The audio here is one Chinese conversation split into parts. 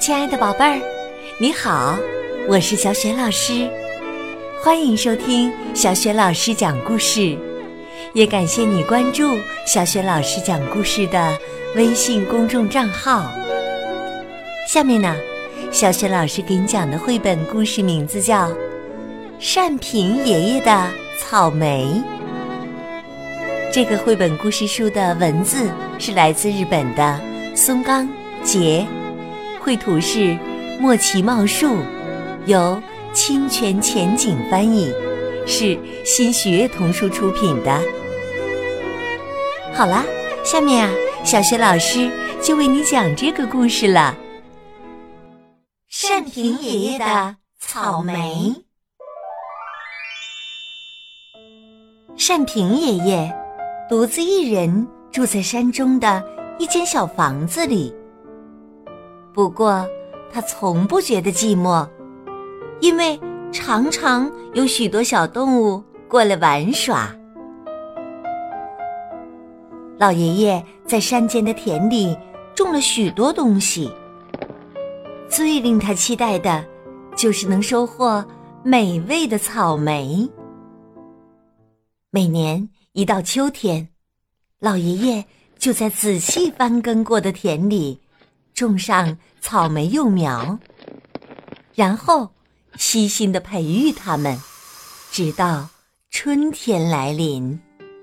亲爱的宝贝儿，你好，我是小雪老师，欢迎收听小雪老师讲故事，也感谢你关注小雪老师讲故事的微信公众账号。下面呢，小雪老师给你讲的绘本故事名字叫《单平爷爷的草莓》。这个绘本故事书的文字是来自日本的松冈杰，绘图是莫奇茂树，由清泉浅景翻译，是新学业童书出品的。好啦，下面啊，小雪老师就为你讲这个故事了。单平爷爷的草莓。单平爷爷独自一人住在山中的一间小房子里，不过他从不觉得寂寞，因为常常有许多小动物过来玩耍。老爷爷在山间的田里种了许多东西，最令他期待的就是能收获美味的草莓。每年一到秋天，老爷爷就在仔细翻耕过的田里种上草莓幼苗，然后悉心地培育它们，直到春天来临。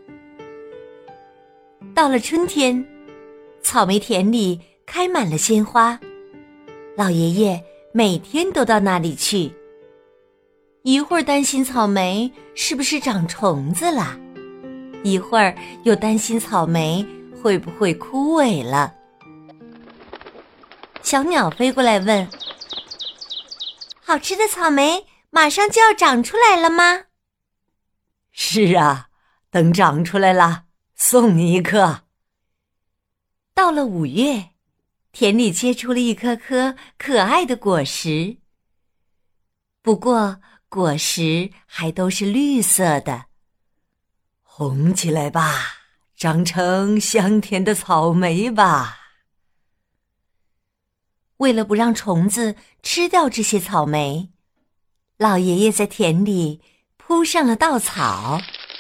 到了春天，草莓田里开满了鲜花，老爷爷每天都到那里去，一会儿担心草莓是不是长虫子了，一会儿又担心草莓会不会枯萎了。小鸟飞过来问：好吃的草莓马上就要长出来了吗？ 是啊，等长出来了，送你一颗。 到了5月，田里结出了一颗颗可爱的果实，不过果实还都是绿色的。 红起来吧，长成香甜的草莓吧。 为了不让虫子吃掉这些草莓，老爷爷在田里铺上了稻草。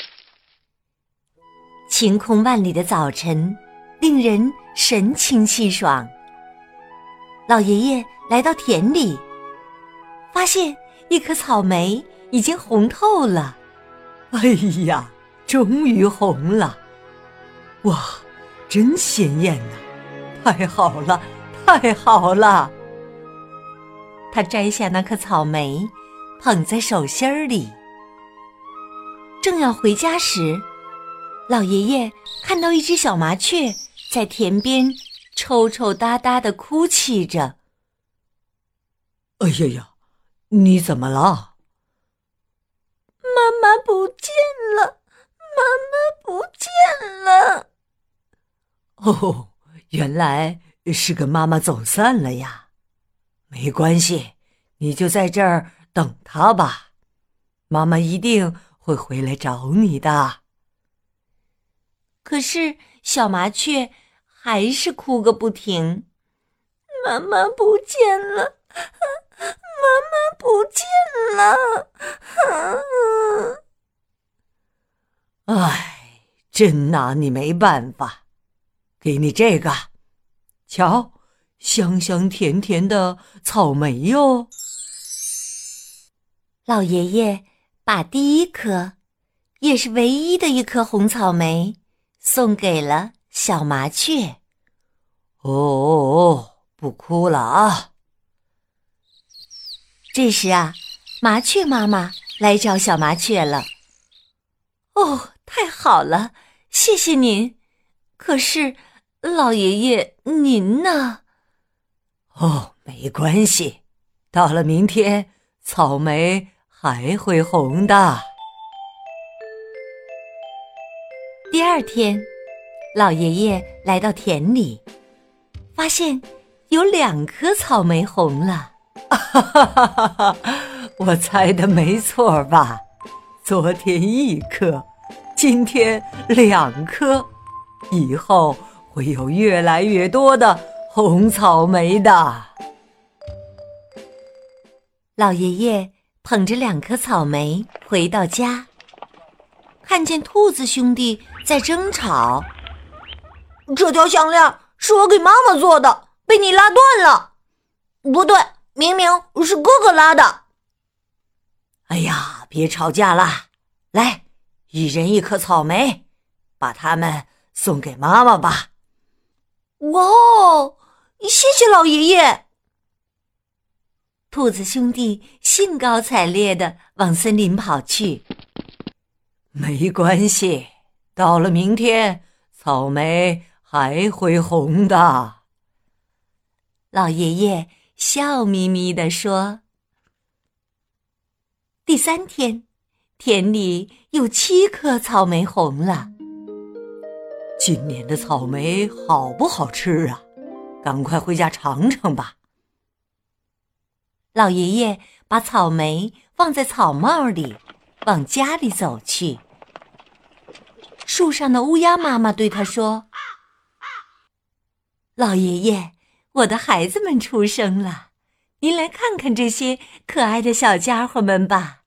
晴空万里的早晨令人神清气爽。老爷爷来到田里，发现一颗草莓已经红透了。 哎呀，终于红了！哇，真鲜艳呐！太好了，太好了！ 他摘下那颗草莓，捧在手心里。正要回家时，老爷爷看到一只小麻雀在田边抽抽搭搭地哭泣着。 哎呀呀，你怎么了？ 妈妈不见了，妈妈不见了。 哦，原来是跟妈妈走散了呀。没关系，你就在这儿等她吧，妈妈一定会回来找你的。 可是小麻雀还是哭个不停。 妈妈不见了，妈妈不见了。 唉，真拿你没办法。给你这个，瞧，香香甜甜的草莓哟。 老爷爷把第一颗，也是唯一的一颗红草莓送给了小麻雀。 哦，不哭了啊。 这时啊，麻雀妈妈来找小麻雀了。哦，太好了，谢谢您。可是老爷爷您呢？ 哦，没关系，到了明天草莓还会红的。 第二天，老爷爷来到田里，发现有2颗草莓红了。 哈哈哈哈哈！我猜的没错吧？昨天1颗，今天2颗，以后会有越来越多的红草莓的。 老爷爷捧着2颗草莓回到家，看见兔子兄弟在争吵。 这条项链是我给妈妈做的，被你拉断了。不对，明明是哥哥拉的。 哎呀，别吵架了，来，一人1颗草莓，把它们送给妈妈吧。 哇哦，谢谢老爷爷。 兔子兄弟兴高采烈地往森林跑去。 没关系，到了明天，草莓还会红的。 老爷爷笑眯眯地说。第3天，田里有7颗草莓红了。 今年的草莓好不好吃啊？赶快回家尝尝吧。 老爷爷把草莓放在草帽里，往家里走去。树上的乌鸦妈妈对他说：老爷爷，我的孩子们出生了，您来看看这些可爱的小家伙们吧。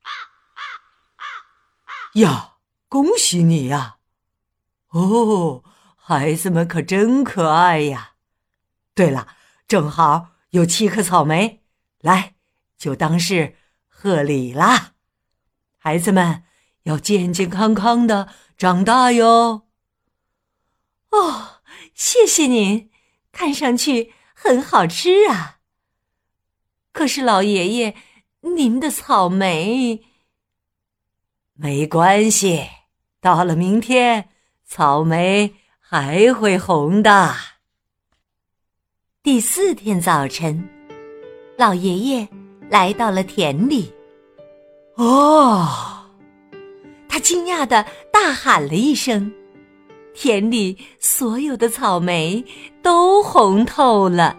呀，恭喜你呀！哦，孩子们可真可爱呀。对了，正好有7颗草莓，来，就当是贺礼啦。孩子们要健健康康的长大哟。 哦，谢谢您，看上去很好吃啊。可是老爷爷，您的草莓…… 没关系，到了明天，草莓还会红的。 第4天早晨，老爷爷来到了田里。 哦， 他惊讶地大喊了一声，田里所有的草莓都红透了。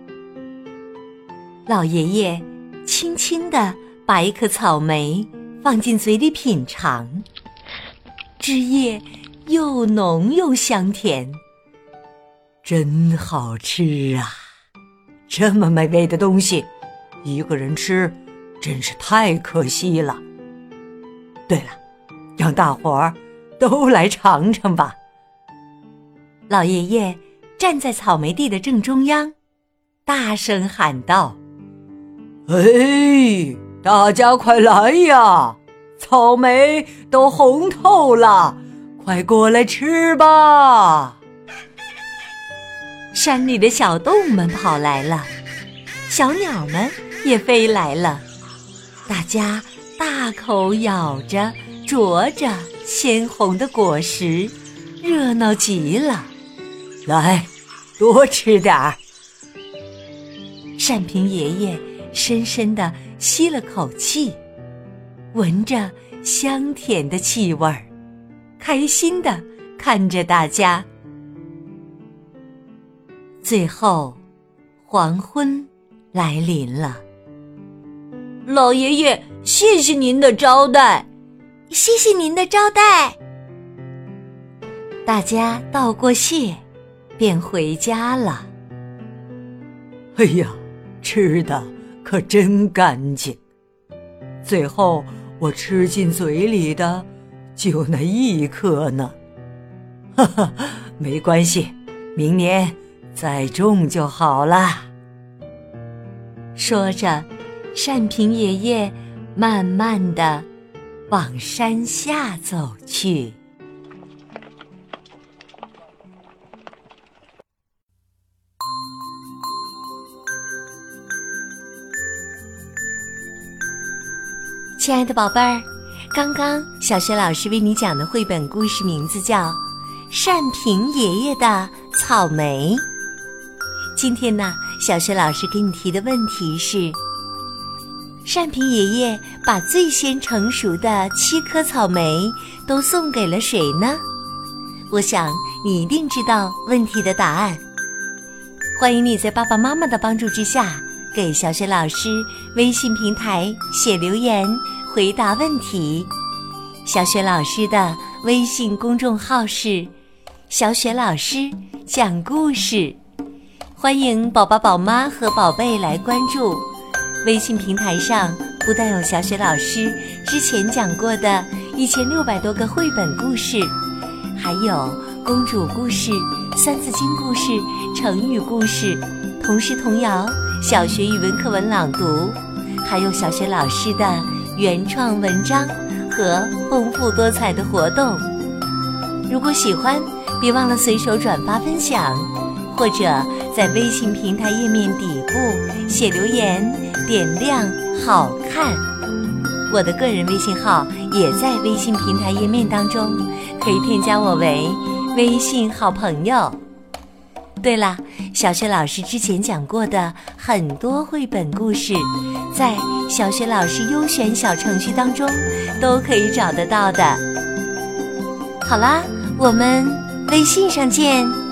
老爷爷轻轻地把1颗草莓放进嘴里品尝，汁液又浓又香甜， 真好吃啊！这么美味的东西，一个人吃真是太可惜了。对了，让大伙儿都来尝尝吧。 老爷爷站在草莓地的正中央，大声喊道： 哎，大家快来呀！草莓都红透了，快过来吃吧！ 山里的小动物们跑来了，小鸟们也飞来了，大家大口咬着啄着鲜红的果实，热闹极了。 来，多吃点儿。 单平爷爷深深地吸了口气，闻着香甜的气味儿，开心地看着大家。最后，黄昏来临了。 老爷爷，谢谢您的招待。 谢谢您的招待。大家道过谢，便回家了。 哎呀，吃的可真干净。最后我吃进嘴里的就那1颗呢。哈哈，没关系，明年再种就好了。 说着，单平爷爷慢慢地往山下走去。亲爱的宝贝儿，刚刚小雪老师为你讲的绘本故事名字叫《单平爷爷的草莓》。今天呢，小雪老师给你提的问题是：单平爷爷把最先成熟的7颗草莓都送给了谁呢？我想你一定知道问题的答案。欢迎你在爸爸妈妈的帮助之下，给小雪老师微信平台写留言回答问题。小雪老师的微信公众号是小雪老师讲故事，欢迎宝宝宝妈和宝贝来关注。 微信平台上不但有小雪老师之前讲过的1600多个绘本故事，还有公主故事、三字经故事、成语故事、童诗童谣、小学语文课文朗读，还有小雪老师的原创文章和丰富多彩的活动。如果喜欢，别忘了随手转发分享，或者在微信平台页面底部写留言点亮好看。我的个人微信号也在微信平台页面当中，可以添加我为微信好朋友。对了，小雪老师之前讲过的很多绘本故事，在小雪老师优选小程序当中都可以找得到的。好啦，我们微信上见。